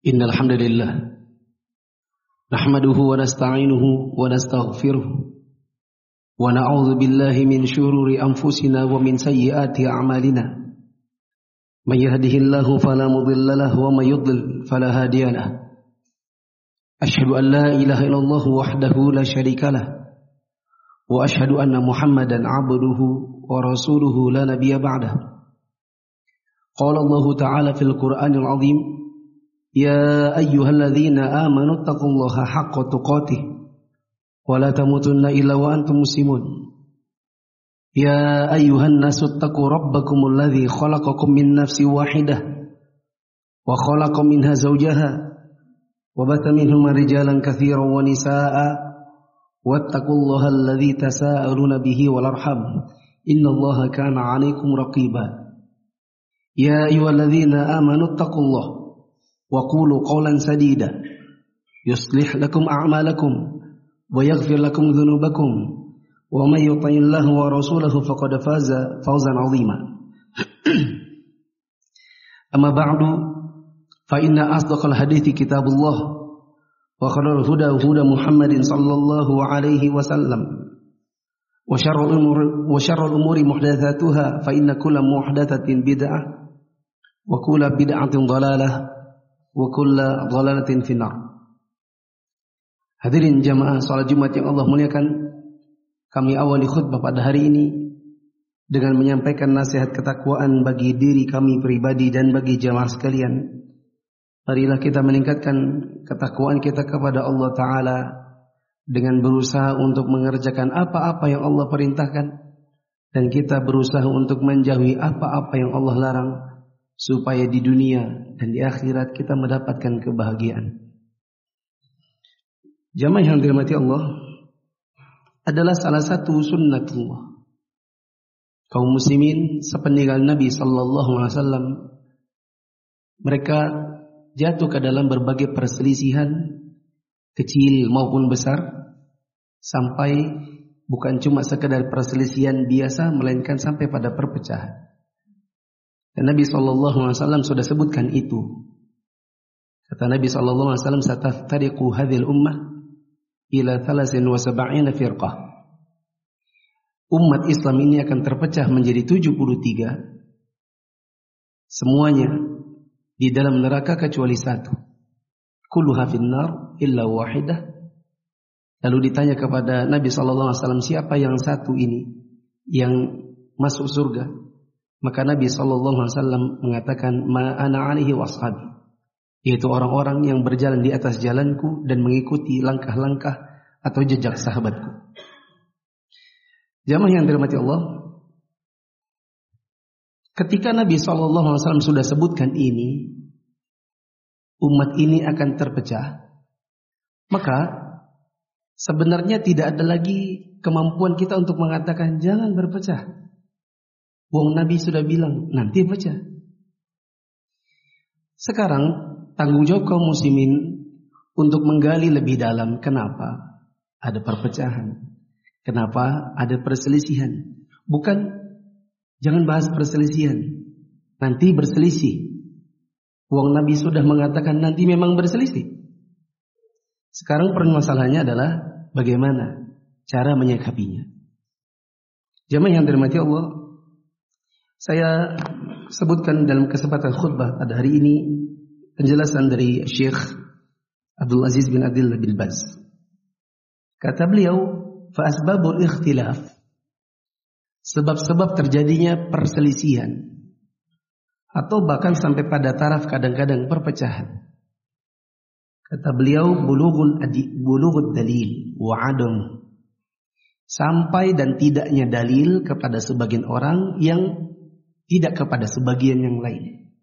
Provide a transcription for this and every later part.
Innal hamdalillah nahmaduhu wa nasta'inuhu wa nastaghfiruh wa na'udzu billahi min shururi anfusina wa min sayyiati a'malina. May yahdihillahu fala mudilla lahu wa may yudlil fala hadiya lahu. Asyhadu an la ilaha illallah wahdahu la syarika lah wa asyhadu anna Muhammadan 'abduhu wa rasuluhu la nabiyya ba'dahu. Qala Allah ta'ala fil Qur'anil 'azim, ya ayyuhalladzina amanu taqullaha haqqa tuqatih wa la tamutunna illa wa antum muslimun. Ya ayyuhan nasu taqu rabbakumul ladzi khalaqakum min nafsin wahidah wa khalaqa minha zawjaha wa batha minhuma rijalan katsiran wa nisaa'a wattaqullaha alladzi tasaaluna bihi wal arham innallaha kana 'alaikum raqiba. Ya ayyuhalladzina amanu taqullaha wa qulu qawlan sadida yuslih lakum a'malakum wa yaghfir lakum dhunubakum wa may yuti'illaha wa rasulahu faqad faza fawzan 'azima. Amma ba'du, fa inna asdaqal hadithi kitabullah wa khairal huda huda Muhammadin sallallahu alaihi wasallam wa syarrul umuri muhdatsatuha fa inna kulla muhdatsatin bid'ah wa kulla bid'atin dhalalah wa kulla dhalalatin finnar. Hadirin jamaah salat Jumat yang Allah muliakan, kami awali khutbah pada hari ini dengan menyampaikan nasihat ketakwaan bagi diri kami pribadi dan bagi jamaah sekalian. Marilah kita meningkatkan ketakwaan kita kepada Allah Ta'ala dengan berusaha untuk mengerjakan apa-apa yang Allah perintahkan, dan kita berusaha untuk menjauhi apa-apa yang Allah larang, supaya di dunia dan di akhirat kita mendapatkan kebahagiaan. Jamaah yang dirahmati Allah, adalah salah satu sunnatullah. Kaum muslimin sepeninggal Nabi sallallahu alaihi wasallam, mereka jatuh ke dalam berbagai perselisihan kecil maupun besar, sampai bukan cuma sekedar perselisihan biasa, melainkan sampai pada perpecahan. Dan Nabi SAW sudah sebutkan itu. Kata Nabi SAW, sataftariqu hadhil ummah ila 73 firqah. Umat Islam ini akan terpecah menjadi 73. Semuanya di dalam neraka kecuali satu. Kulluha finnar illa wahidah. Lalu ditanya kepada Nabi SAW, siapa yang satu ini yang masuk surga? Maka Nabi SAW mengatakan, ma ana alaihi washabi, yaitu orang-orang yang berjalan di atas jalanku dan mengikuti langkah-langkah atau jejak sahabatku. Jamaah yang dirahmati Allah, ketika Nabi SAW sudah sebutkan ini, umat ini akan terpecah, maka sebenarnya tidak ada lagi kemampuan kita untuk mengatakan jangan berpecah. Wong Nabi sudah bilang nanti pecah. Sekarang tanggung jawab kaum muslimin untuk menggali lebih dalam kenapa ada perpecahan, kenapa ada perselisihan. Bukan jangan bahas perselisihan, nanti berselisih. Wong Nabi sudah mengatakan nanti memang berselisih. Sekarang permasalahannya adalah bagaimana cara menyikapinya. Jamaah yang dirahmati Allah, saya sebutkan dalam kesempatan khutbah pada hari ini penjelasan dari Syekh Abdul Aziz bin Abdul Baz. Kata beliau, fa asbabul ikhtilaf, sebab-sebab terjadinya perselisihan atau bahkan sampai pada taraf kadang-kadang perpecahan. Kata beliau, bulughul dalil wa adam, sampai dan tidaknya dalil kepada sebagian orang yang tidak kepada sebagian yang lain.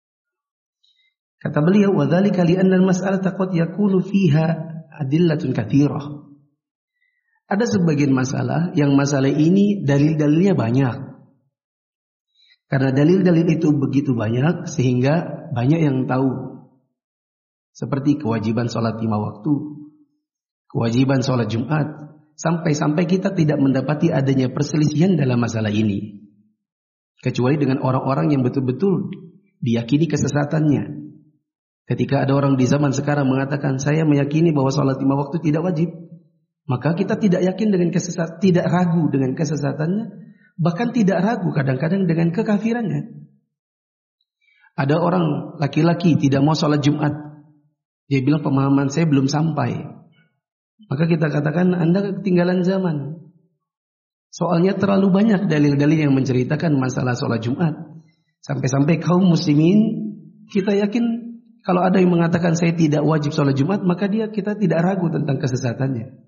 Kata beliau, wa dzalika li anna al-mas'alata qad yakunu fiha adillatun katsirah. Ada sebagian masalah yang masalah ini dalil-dalilnya banyak. Karena dalil-dalil itu begitu banyak sehingga banyak yang tahu. Seperti kewajiban sholat 5 waktu, kewajiban sholat Jumat, sampai-sampai kita tidak mendapati adanya perselisihan dalam masalah ini, kecuali dengan orang-orang yang betul-betul diyakini kesesatannya. Ketika ada orang di zaman sekarang mengatakan saya meyakini bahwa sholat 5 waktu tidak wajib, maka kita tidak yakin dengan tidak ragu dengan kesesatannya, bahkan tidak ragu kadang-kadang dengan kekafirannya. Ada orang laki-laki tidak mau sholat Jumat, dia bilang pemahaman saya belum sampai. Maka kita katakan Anda ketinggalan zaman. Soalnya terlalu banyak dalil-dalil yang menceritakan masalah sholat Jumat. Sampai-sampai kaum muslimin, kita yakin kalau ada yang mengatakan saya tidak wajib sholat Jumat, maka kita tidak ragu tentang kesesatannya.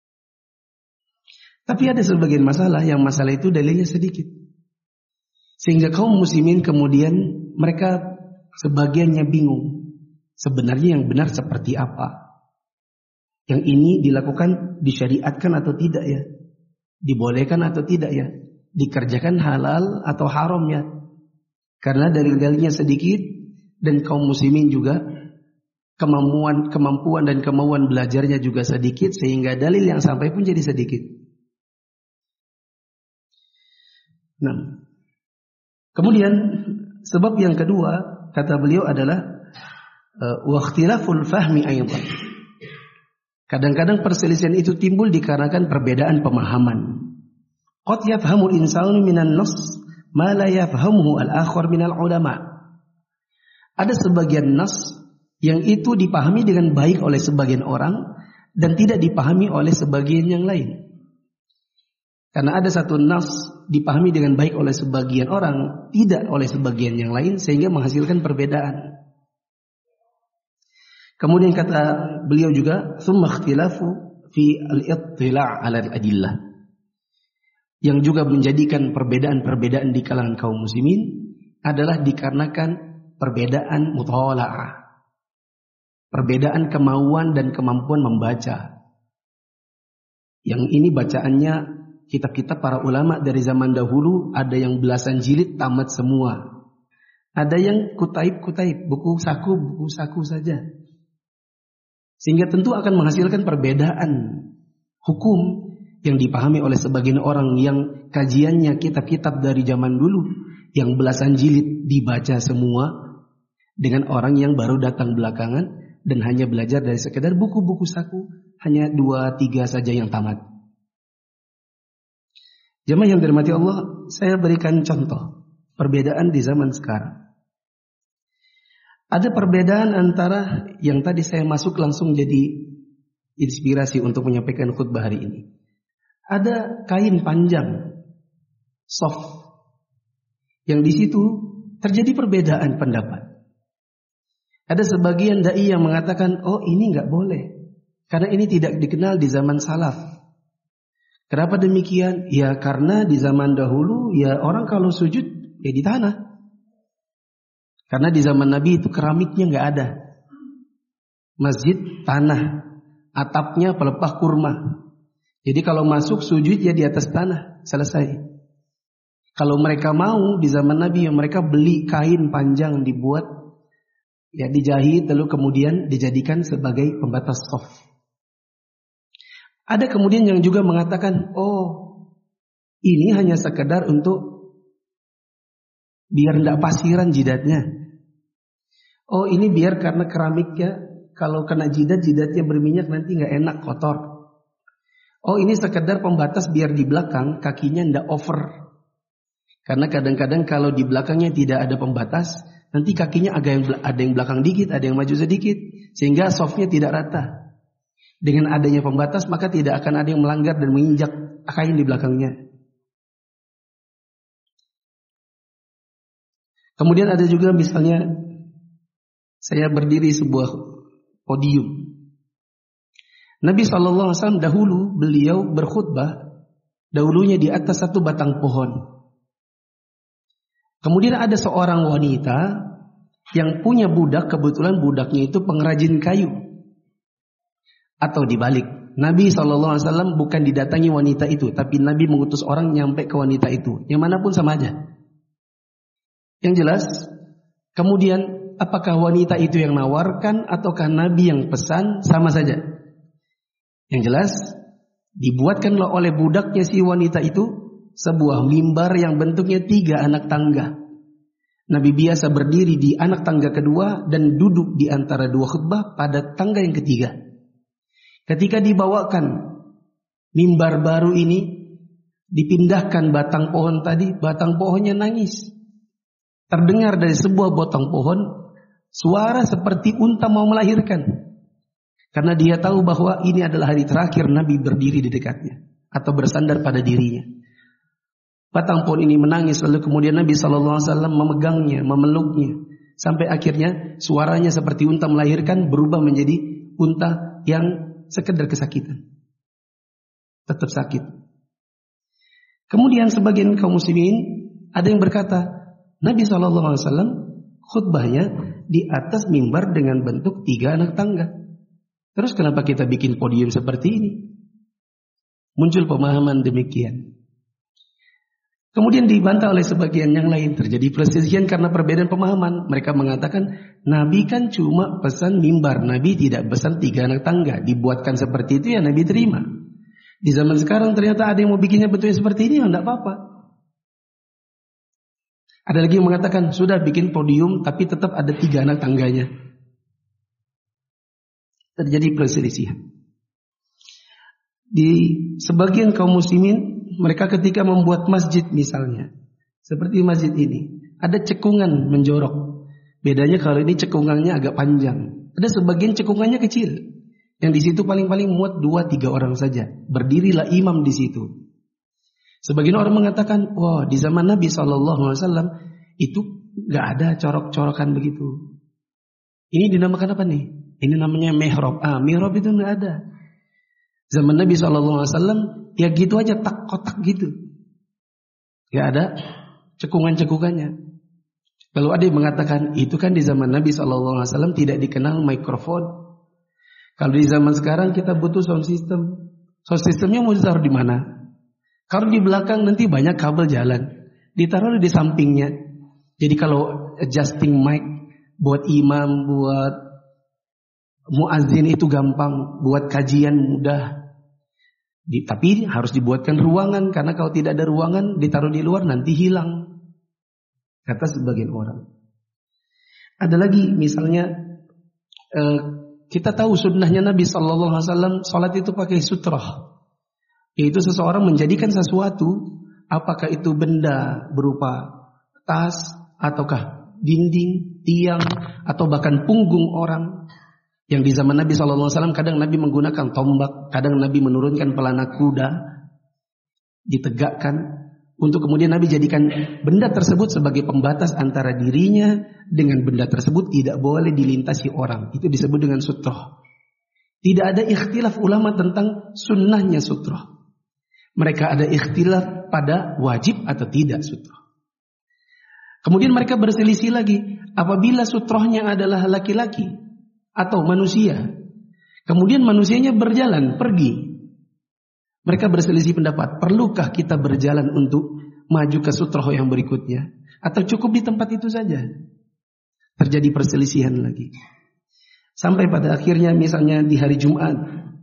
Tapi ada sebagian masalah yang masalah itu dalilnya sedikit. Sehingga kaum muslimin kemudian mereka sebagiannya bingung. Sebenarnya yang benar seperti apa? Yang ini dilakukan disyariatkan atau tidak ya? Dibolehkan atau tidak ya? Dikerjakan halal atau haram ya? Karena dalil-dalilnya sedikit dan kaum muslimin juga kemampuan dan kemauan belajarnya juga sedikit, sehingga dalil yang sampai pun jadi sedikit. Nah, kemudian sebab yang kedua kata beliau adalah wa ikhtilaful fahmi aidan. Kadang-kadang perselisihan itu timbul dikarenakan perbedaan pemahaman. Qad yafhamul insanu minan nass ma la yafhamuhu al-akhar minal ulama. Ada sebagian nas yang itu dipahami dengan baik oleh sebagian orang dan tidak dipahami oleh sebagian yang lain. Karena ada satu nas dipahami dengan baik oleh sebagian orang, tidak oleh sebagian yang lain, sehingga menghasilkan perbedaan. Kemudian kata beliau juga, "Tsumma ikhtilafu fi al-ittila' 'ala al-adillah." Yang juga menjadikan perbedaan-perbedaan di kalangan kaum muslimin adalah dikarenakan perbedaan muthala'ah. Perbedaan kemauan dan kemampuan membaca. Yang ini bacaannya kitab-kitab para ulama dari zaman dahulu, ada yang belasan jilid tamat semua. Ada yang kutaib, buku saku saja. Sehingga tentu akan menghasilkan perbedaan hukum yang dipahami oleh sebagian orang yang kajiannya kitab-kitab dari zaman dulu yang belasan jilid dibaca semua, dengan orang yang baru datang belakangan dan hanya belajar dari sekedar buku-buku saku, hanya 2-3 saja yang tamat. Jemaah yang dirahmati Allah, saya berikan contoh perbedaan di zaman sekarang. Ada perbedaan antara yang tadi saya masuk langsung jadi inspirasi untuk menyampaikan khutbah hari ini. Ada kain panjang, soft, yang di situ terjadi perbedaan pendapat. Ada sebagian dai yang mengatakan, oh ini nggak boleh, karena ini tidak dikenal di zaman salaf. Kenapa demikian? Ya karena di zaman dahulu ya orang kalau sujud ya di tanah. Karena di zaman Nabi itu keramiknya nggak ada. Masjid tanah, atapnya pelepah kurma. Jadi kalau masuk sujud ya di atas tanah, selesai. Kalau mereka mau di zaman Nabi ya mereka beli kain panjang dibuat, ya dijahit lalu kemudian dijadikan sebagai pembatas shaf. Ada kemudian yang juga mengatakan, oh ini hanya sekedar untuk biar tidak pasiran jidatnya. Oh ini biar karena keramiknya kalau kena jidatnya berminyak nanti nggak enak, kotor. Oh ini sekedar pembatas biar di belakang kakinya tidak over. Karena kadang-kadang kalau di belakangnya tidak ada pembatas, nanti kakinya ada yang belakang dikit, ada yang maju sedikit, sehingga softnya tidak rata. Dengan adanya pembatas maka tidak akan ada yang melanggar dan menginjak kain di belakangnya. Kemudian ada juga misalnya saya berdiri sebuah podium. Nabi SAW dahulu beliau berkhutbah, dahulunya di atas satu batang pohon. Kemudian ada seorang wanita yang punya budak, kebetulan budaknya itu pengrajin kayu. Atau dibalik, Nabi SAW bukan didatangi wanita itu, tapi Nabi mengutus orang nyampe ke wanita itu. Yang manapun sama aja. Yang jelas, kemudian apakah wanita itu yang nawarkan ataukah Nabi yang pesan, sama saja. Yang jelas, dibuatkanlah oleh budaknya si wanita itu sebuah mimbar yang bentuknya 3 anak tangga. Nabi biasa berdiri di anak tangga kedua dan duduk di antara dua khutbah pada tangga yang ketiga. Ketika dibawakan mimbar baru ini, dipindahkan batang pohon tadi, batang pohonnya nangis. Terdengar dari sebuah batang pohon suara seperti unta mau melahirkan. Karena dia tahu bahwa ini adalah hari terakhir Nabi berdiri di dekatnya atau bersandar pada dirinya. Batang pohon ini menangis, lalu kemudian Nabi SAW memegangnya, memeluknya. Sampai akhirnya suaranya seperti unta melahirkan berubah menjadi unta yang sekedar kesakitan. Tetap sakit. Kemudian sebagian kaum muslimin ada yang berkata, Nabi SAW khutbahnya di atas mimbar dengan bentuk 3 anak tangga. Terus kenapa kita bikin podium seperti ini? Muncul pemahaman demikian. Kemudian dibantah oleh sebagian yang lain, terjadi perselisihan karena perbedaan pemahaman. Mereka mengatakan, Nabi kan cuma pesan mimbar, Nabi tidak pesan 3 anak tangga. Dibuatkan seperti itu ya Nabi terima. Di zaman sekarang ternyata ada yang mau bikinnya bentuknya seperti ini, ya enggak apa-apa. Ada lagi yang mengatakan, sudah bikin podium tapi tetap ada 3 anak tangganya. Terjadi perselisihan. Di sebagian kaum muslimin, mereka ketika membuat masjid misalnya, seperti masjid ini, ada cekungan menjorok. Bedanya kalau ini cekungannya agak panjang. Ada sebagian cekungannya kecil. Yang di situ paling-paling muat 2-3 orang saja. Berdirilah imam di situ. Sebagian orang mengatakan, wah di zaman Nabi SAW itu nggak ada corok-corokan begitu. Ini dinamakan apa nih? Ini namanya mihrab. Mihrab itu nggak ada. Zaman Nabi SAW ya gitu aja, tak kotak gitu. Gak ada cekungan-cekungannya. Lalu ada yang mengatakan itu kan di zaman Nabi SAW tidak dikenal mikrofon. Kalau di zaman sekarang kita butuh sound system. Sound systemnya mau ditaruh di mana? Kalau di belakang nanti banyak kabel jalan, ditaruh di sampingnya. Jadi kalau adjusting mic buat imam, buat muazzin itu gampang, buat kajian mudah. Tapi harus dibuatkan ruangan, karena kalau tidak ada ruangan ditaruh di luar nanti hilang, kata sebagian orang. Ada lagi misalnya kita tahu sunnahnya Nabi SAW salat itu pakai sutrah, yaitu seseorang menjadikan sesuatu, apakah itu benda berupa tas ataukah dinding, tiang atau bahkan punggung orang. Yang di zaman Nabi SAW kadang Nabi menggunakan tombak, kadang Nabi menurunkan pelana kuda, ditegakkan, untuk kemudian Nabi jadikan benda tersebut sebagai pembatas antara dirinya dengan benda tersebut, tidak boleh dilintasi orang. Itu disebut dengan sutroh. Tidak ada ikhtilaf ulama tentang sunnahnya sutroh. Mereka ada ikhtilaf pada wajib atau tidak sutroh. Kemudian mereka berselisih lagi, apabila sutrohnya adalah laki-laki atau manusia, kemudian manusianya berjalan pergi, mereka berselisih pendapat. Perlukah kita berjalan untuk maju ke sutroh yang berikutnya, atau cukup di tempat itu saja? Terjadi perselisihan lagi. Sampai pada akhirnya misalnya di hari Jumat.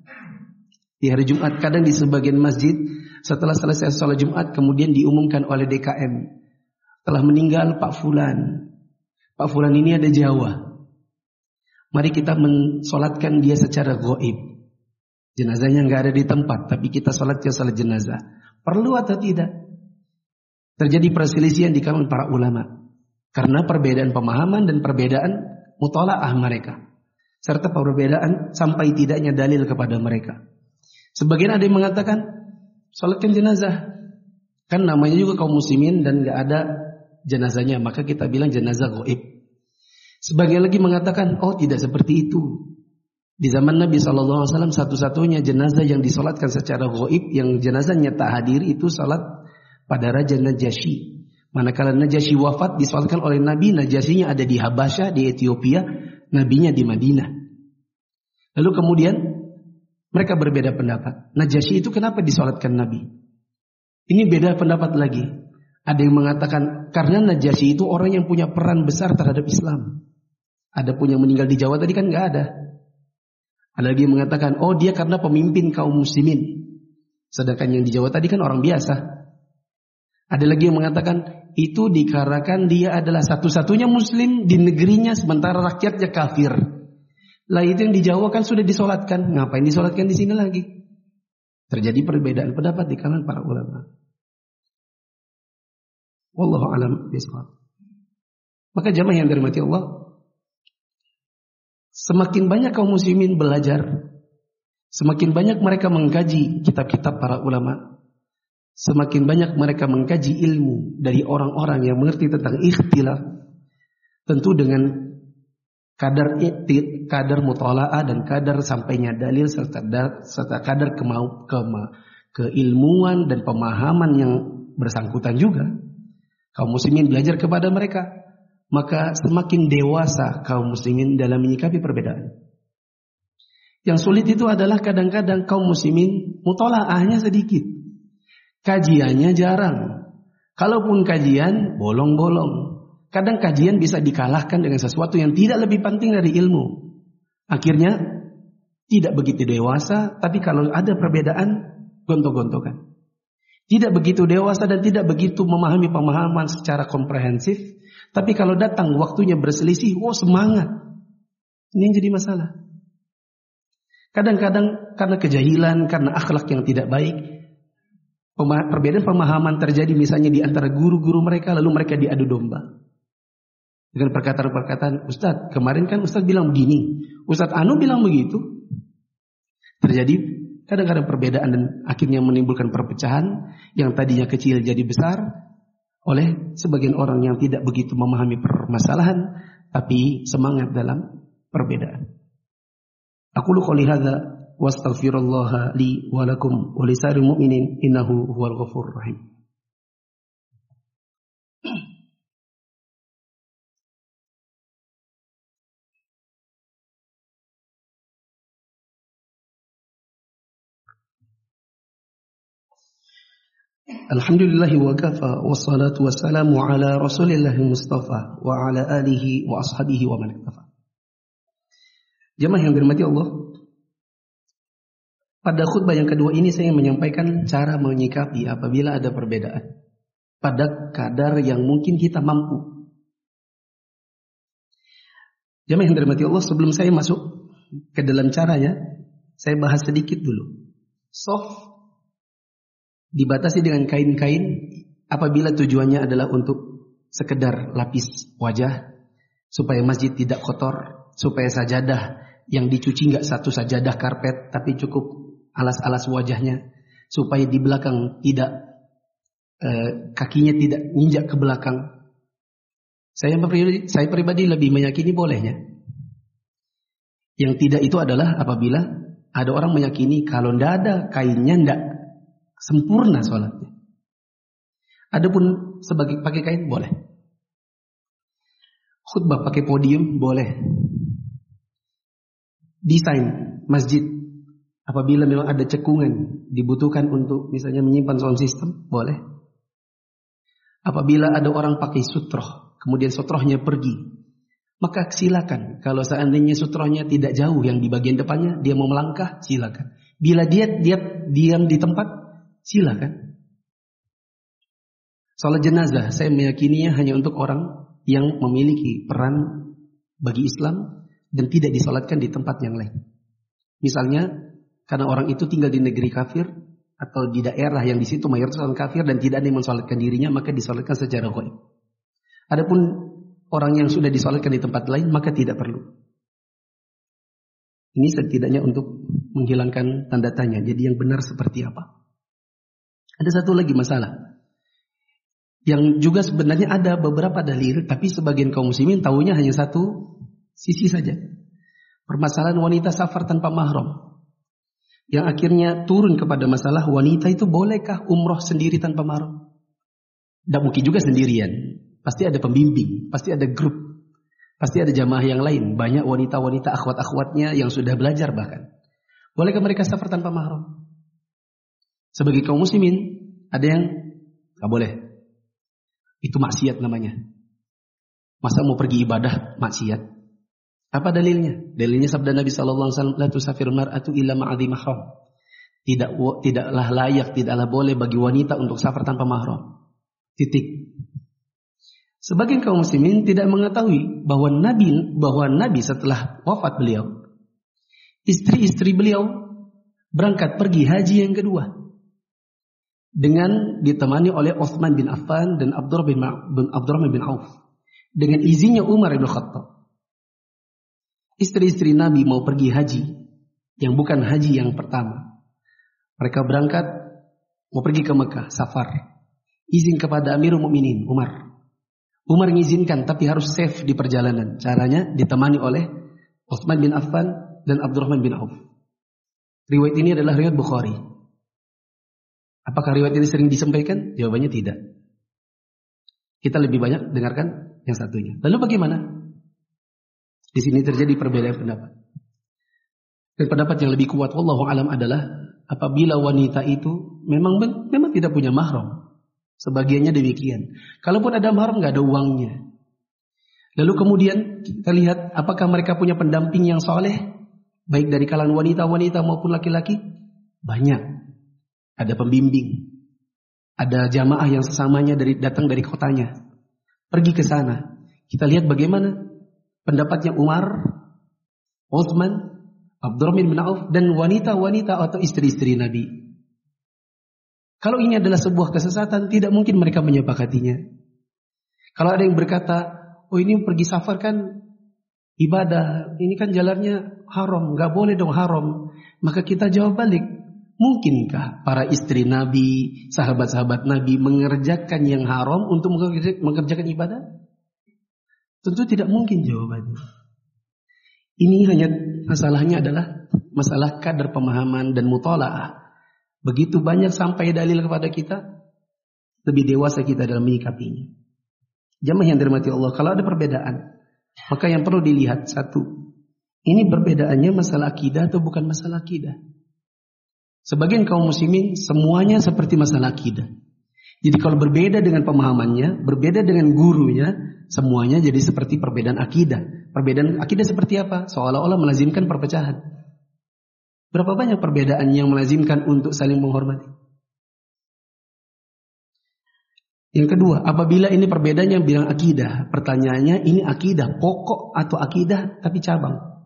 Di hari Jumat kadang di sebagian masjid setelah selesai sholat Jumat kemudian diumumkan oleh DKM, telah meninggal Pak Fulan. Pak Fulan ini ada Jawa. Mari kita mensolatkan dia secara gaib. Jenazahnya nggak ada di tempat, tapi kita solatnya salat jenazah. Perlu atau tidak? Terjadi perselisihan di kalangan para ulama karena perbedaan pemahaman dan perbedaan mutalaah mereka, serta perbedaan sampai tidaknya dalil kepada mereka. Sebagian ada yang mengatakan solatkan jenazah, kan namanya juga kaum muslimin dan nggak ada jenazahnya, maka kita bilang jenazah gaib. Sebagian lagi mengatakan, oh tidak seperti itu. Di zaman Nabi SAW satu-satunya jenazah yang disolatkan secara gaib, yang jenazahnya tak hadir, itu salat pada Raja Najasyi. Manakala Najasyi wafat disolatkan oleh Nabi, Najasyinya ada di Habasyah, di Ethiopia, Nabinya di Madinah. Lalu kemudian mereka berbeda pendapat. Najasyi itu kenapa disolatkan Nabi? Ini beda pendapat lagi. Ada yang mengatakan karena Najasyi itu orang yang punya peran besar terhadap Islam. Ada pun yang meninggal di Jawa tadi kan nggak ada. Ada lagi yang mengatakan, oh dia karena pemimpin kaum muslimin. Sedangkan yang di Jawa tadi kan orang biasa. Ada lagi yang mengatakan itu dikarenakan dia adalah satu-satunya muslim di negerinya sementara rakyatnya kafir. Lah itu yang di Jawa kan sudah disolatkan, ngapain disolatkan di sini lagi? Terjadi perbedaan pendapat di kalangan para ulama. Wallahu a'lam bishawab. Maka jamaah yang dirahmati Allah, semakin banyak kaum muslimin belajar, semakin banyak mereka mengkaji kitab-kitab para ulama, semakin banyak mereka mengkaji ilmu dari orang-orang yang mengerti tentang ikhtilaf, tentu dengan kadar mutalaah dan kadar sampainya dalil serta kadar keilmuan dan pemahaman yang bersangkutan juga. Kaum muslimin belajar kepada mereka, maka semakin dewasa kaum muslimin dalam menyikapi perbedaan. Yang sulit itu adalah kadang-kadang kaum muslimin mutalaahnya sedikit, kajiannya jarang. Kalaupun kajian, bolong-bolong. Kadang kajian bisa dikalahkan dengan sesuatu yang tidak lebih penting dari ilmu. Akhirnya tidak begitu dewasa, tapi kalau ada perbedaan, gontok-gontokan. Tidak begitu dewasa dan tidak begitu memahami pemahaman secara komprehensif, tapi kalau datang waktunya berselisih, semangat. Ini yang jadi masalah. Kadang-kadang karena kejahilan, karena akhlak yang tidak baik, perbedaan pemahaman terjadi misalnya di antara guru-guru mereka, lalu mereka diadu domba. Dengan perkataan-perkataan, Ustadz, kemarin kan Ustadz bilang begini, Ustadz Anu bilang begitu. Terjadi kadang-kadang perbedaan dan akhirnya menimbulkan perpecahan yang tadinya kecil jadi besar oleh sebagian orang yang tidak begitu memahami permasalahan tapi semangat dalam perbedaan. Aqulu qouli hadza wa astaghfirullah li wa lakum wa lisa'iril mu'minin innahu huwal ghafurur rahim. Alhamdulillahi wa kafa wassalatu wassalamu ala rasulillahi mustafa wa ala alihi wa ashabihi wa man iktafa. Jemaah yang dirahmati Allah, pada khutbah yang kedua ini saya menyampaikan cara menyikapi apabila ada perbedaan pada kadar yang mungkin kita mampu. Jemaah yang dirahmati Allah, sebelum saya masuk ke dalam caranya, saya bahas sedikit dulu. Soft dibatasi dengan kain-kain apabila tujuannya adalah untuk sekedar lapis wajah supaya masjid tidak kotor, supaya sajadah yang dicuci nggak satu sajadah karpet tapi cukup alas-alas wajahnya, supaya di belakang tidak kakinya tidak nginjak ke belakang. Saya pribadi lebih meyakini bolehnya. Yang tidak itu adalah apabila ada orang meyakini kalau tidak ada kainnya tidak sempurna sholatnya. Adapun sebagai pakai kain boleh. Khutbah pakai podium boleh. Desain masjid apabila memang ada cekungan dibutuhkan untuk misalnya menyimpan sound system boleh. Apabila ada orang pakai sutroh kemudian sutrohnya pergi, maka silakan. Kalau seandainya sutrohnya tidak jauh yang di bagian depannya, dia mau melangkah silakan. Bila dia diam di tempat, silakan. Salat jenazah saya meyakininya hanya untuk orang yang memiliki peran bagi Islam dan tidak disalatkan di tempat yang lain. Misalnya karena orang itu tinggal di negeri kafir atau di daerah yang di situ mayoritas orang kafir dan tidak ada yang mensalatkan dirinya, maka disalatkan secara ghaib. Adapun orang yang sudah disalatkan di tempat lain maka tidak perlu. Ini setidaknya untuk menghilangkan tanda tanya. Jadi yang benar seperti apa? Ada satu lagi masalah yang juga sebenarnya ada beberapa dalil, tapi sebagian kaum muslimin tahunya hanya satu sisi saja. Permasalahan wanita safar tanpa mahram, yang akhirnya turun kepada masalah wanita itu bolehkah umroh sendiri tanpa mahram? Tidak mungkin juga sendirian, pasti ada pembimbing, pasti ada grup, pasti ada jamaah yang lain. Banyak wanita-wanita akhwat-akhwatnya yang sudah belajar bahkan. Bolehkah mereka safar tanpa mahram? Sebagai kaum muslimin ada yang nggak boleh. Itu maksiat namanya. Masa mau pergi ibadah maksiat? Apa dalilnya? Dalilnya sabda Nabi sallallahu alaihi wasallam, la tusafirul mar'atu illa ma'adhi mahram. Tidaklah layak, tidaklah boleh bagi wanita untuk safar tanpa mahram. Titik. Sebagian kaum muslimin tidak mengetahui bahwa Nabi setelah wafat beliau, istri-istri beliau berangkat pergi haji yang kedua dengan ditemani oleh Utsman bin Affan dan Abdurrahman bin Auf dengan izinnya Umar bin Khattab. Istri-istri Nabi mau pergi haji yang bukan haji yang pertama. Mereka berangkat mau pergi ke Mekah, safar. Izin kepada Amirul Mukminin Umar. Umar mengizinkan tapi harus safe di perjalanan. Caranya ditemani oleh Utsman bin Affan dan Abdurrahman bin Auf. Riwayat ini adalah riwayat Bukhari. Apakah riwayat ini sering disampaikan? Jawabannya tidak. Kita lebih banyak dengarkan yang satunya. Lalu bagaimana? Di sini terjadi perbedaan pendapat. Dan pendapat yang lebih kuat wallahu alam adalah apabila wanita itu memang tidak punya mahram. Sebagiannya demikian. Kalaupun ada mahram nggak ada uangnya. Lalu kemudian kita lihat apakah mereka punya pendamping yang soleh, baik dari kalangan wanita-wanita maupun laki-laki. Banyak. Ada pembimbing, ada jamaah yang sesamanya datang dari kotanya, pergi ke sana. Kita lihat bagaimana pendapatnya Umar, Utsman, Abdurrahman bin Auf dan wanita-wanita atau istri-istri Nabi. Kalau ini adalah sebuah kesesatan, tidak mungkin mereka menyepakatinya. Kalau ada yang berkata, oh ini pergi safar kan ibadah, ini kan jalannya haram, nggak boleh dong haram. Maka kita jawab balik, mungkinkah para istri Nabi, sahabat-sahabat Nabi mengerjakan yang haram untuk mengerjakan ibadah? Tentu tidak mungkin jawabannya. Ini hanya masalahnya adalah masalah kadar pemahaman dan mutola'ah. Begitu banyak sampai dalil kepada kita, lebih dewasa kita dalam menyikapinya. Jamaah yang dirahmati Allah, kalau ada perbedaan, maka yang perlu dilihat satu, ini perbedaannya masalah akidah atau bukan masalah akidah. Sebagian kaum muslimin semuanya seperti masalah akidah. Jadi kalau berbeda dengan pemahamannya, berbeda dengan gurunya, semuanya jadi seperti perbedaan akidah. Perbedaan akidah seperti apa? Seolah-olah melazimkan perpecahan. Berapa banyak perbedaan yang melazimkan untuk saling menghormati? Yang kedua, apabila ini perbedaan yang bilang akidah, pertanyaannya ini akidah pokok atau akidah tapi cabang.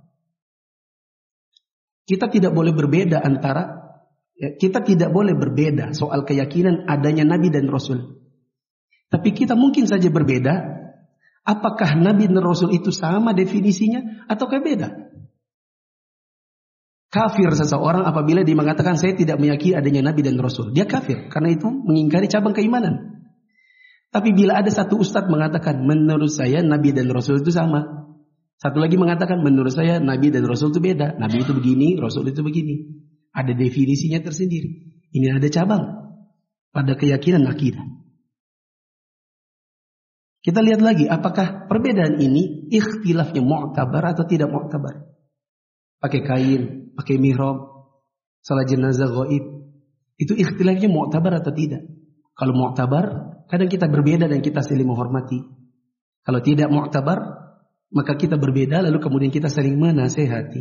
Kita tidak boleh berbeda kita tidak boleh berbeda soal keyakinan adanya Nabi dan Rasul. Tapi kita mungkin saja berbeda, apakah Nabi dan Rasul itu sama definisinya ataukah beda? Kafir seseorang apabila dia mengatakan saya tidak meyakini adanya Nabi dan Rasul. Dia kafir karena itu mengingkari cabang keimanan. Tapi bila ada satu ustadz mengatakan menurut saya Nabi dan Rasul itu sama. Satu lagi mengatakan menurut saya Nabi dan Rasul itu beda. Nabi itu begini, Rasul itu begini. Ada definisinya tersendiri. Ini ada cabang pada keyakinan akidah. Kita lihat lagi apakah perbedaan ini ikhtilafnya mu'tabar atau tidak mu'tabar. Pakai kain, pakai mihrab, salat jenazah gaib. Itu ikhtilafnya mu'tabar atau tidak? Kalau mu'tabar, kadang kita berbeda dan kita saling menghormati. Kalau tidak mu'tabar, maka kita berbeda lalu kemudian kita saling menasehati.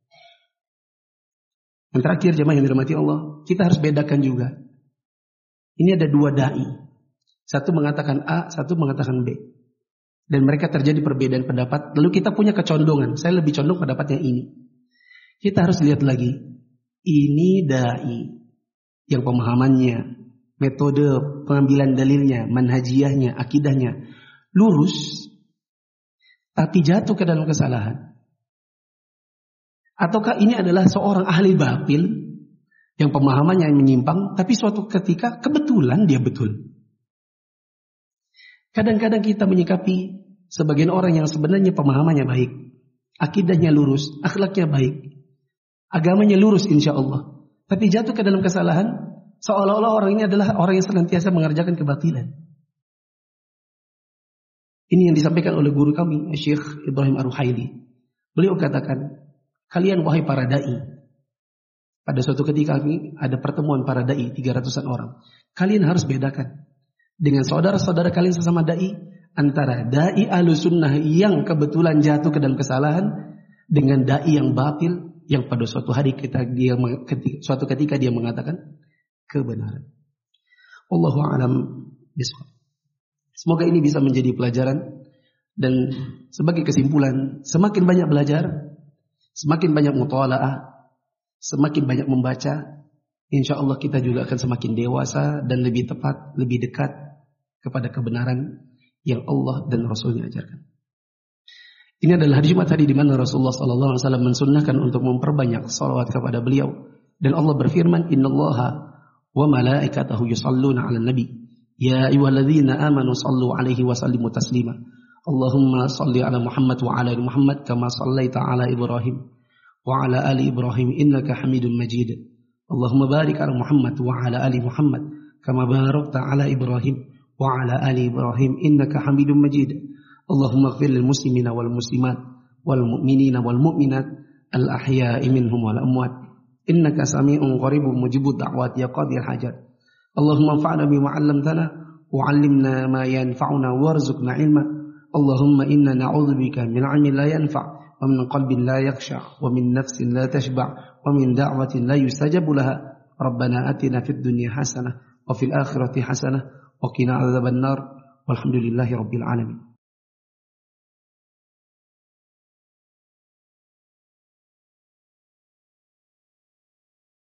Yang terakhir jemaah yang dirahmati Allah, kita harus bedakan juga. Ini ada dua dai. Satu mengatakan A, satu mengatakan B. Dan mereka terjadi perbedaan pendapat. Lalu kita punya kecondongan. Saya lebih condong pendapat yang ini. Kita harus lihat lagi. Ini dai yang pemahamannya, metode pengambilan dalilnya, manhajiyahnya, akidahnya lurus, tapi jatuh ke dalam kesalahan. Ataukah ini adalah seorang ahli batil yang pemahamannya menyimpang, tapi suatu ketika kebetulan dia betul. Kadang-kadang kita menyikapi sebagian orang yang sebenarnya pemahamannya baik, akidahnya lurus, akhlaknya baik, agamanya lurus insya Allah, tapi jatuh ke dalam kesalahan seolah-olah orang ini adalah orang yang senantiasa mengerjakan kebatilan. Ini yang disampaikan oleh guru kami, Syekh Ibrahim Ar-Ruhaili. Beliau katakan, kalian wahai para dai, pada suatu ketika kami ada pertemuan para dai 300-an orang. Kalian harus bedakan dengan saudara-saudara kalian sesama dai antara dai Ahlussunnah yang kebetulan jatuh ke dalam kesalahan dengan dai yang batil yang pada suatu ketika dia mengatakan kebenaran. Wallahu a'lam bishawab. Semoga ini bisa menjadi pelajaran dan sebagai kesimpulan, semakin banyak belajar, semakin banyak muthala'ah, semakin banyak membaca, insya Allah kita juga akan semakin dewasa dan lebih tepat, lebih dekat kepada kebenaran yang Allah dan Rasulnya ajarkan. Ini adalah hari Jumat tadi di mana Rasulullah SAW mensunnahkan untuk memperbanyak salawat kepada beliau. Dan Allah berfirman, Innallaha wa malaikatahu yusalluna ala nabi. Ya ayyuhalladzina amanu sallu alaihi wa sallimu taslima. Allahumma salli ala Muhammad wa ala ali Muhammad kama sallaita ala Ibrahim wa ala ali Ibrahim innaka Hamidum Majid. Allahumma barik ala Muhammad wa ala ali Muhammad kama barakta ala Ibrahim wa ala ali Ibrahim innaka Hamidum Majid. Allahumma ighfir lil muslimina wal muslimat wal mu'minina wal mu'minat al ahya'i minhum wal amwat innaka sami'un qaribun mujibud da'wat ya qadir hajat. Allahumma anfa'na bima 'allamtana wa 'allimna ma yanfa'una warzuqna 'ilma. Allahumma inna na'udzubika min 'ilmin la yanfa' wa min qalbin la yakhsha' wa min nafsin la tashba' wa min da'watin la yustajabu laha. Rabbana atina fid dunya hasanah wa fil akhirati hasanah wa qina 'adzaban nar. Walhamdulillahi rabbil alamin.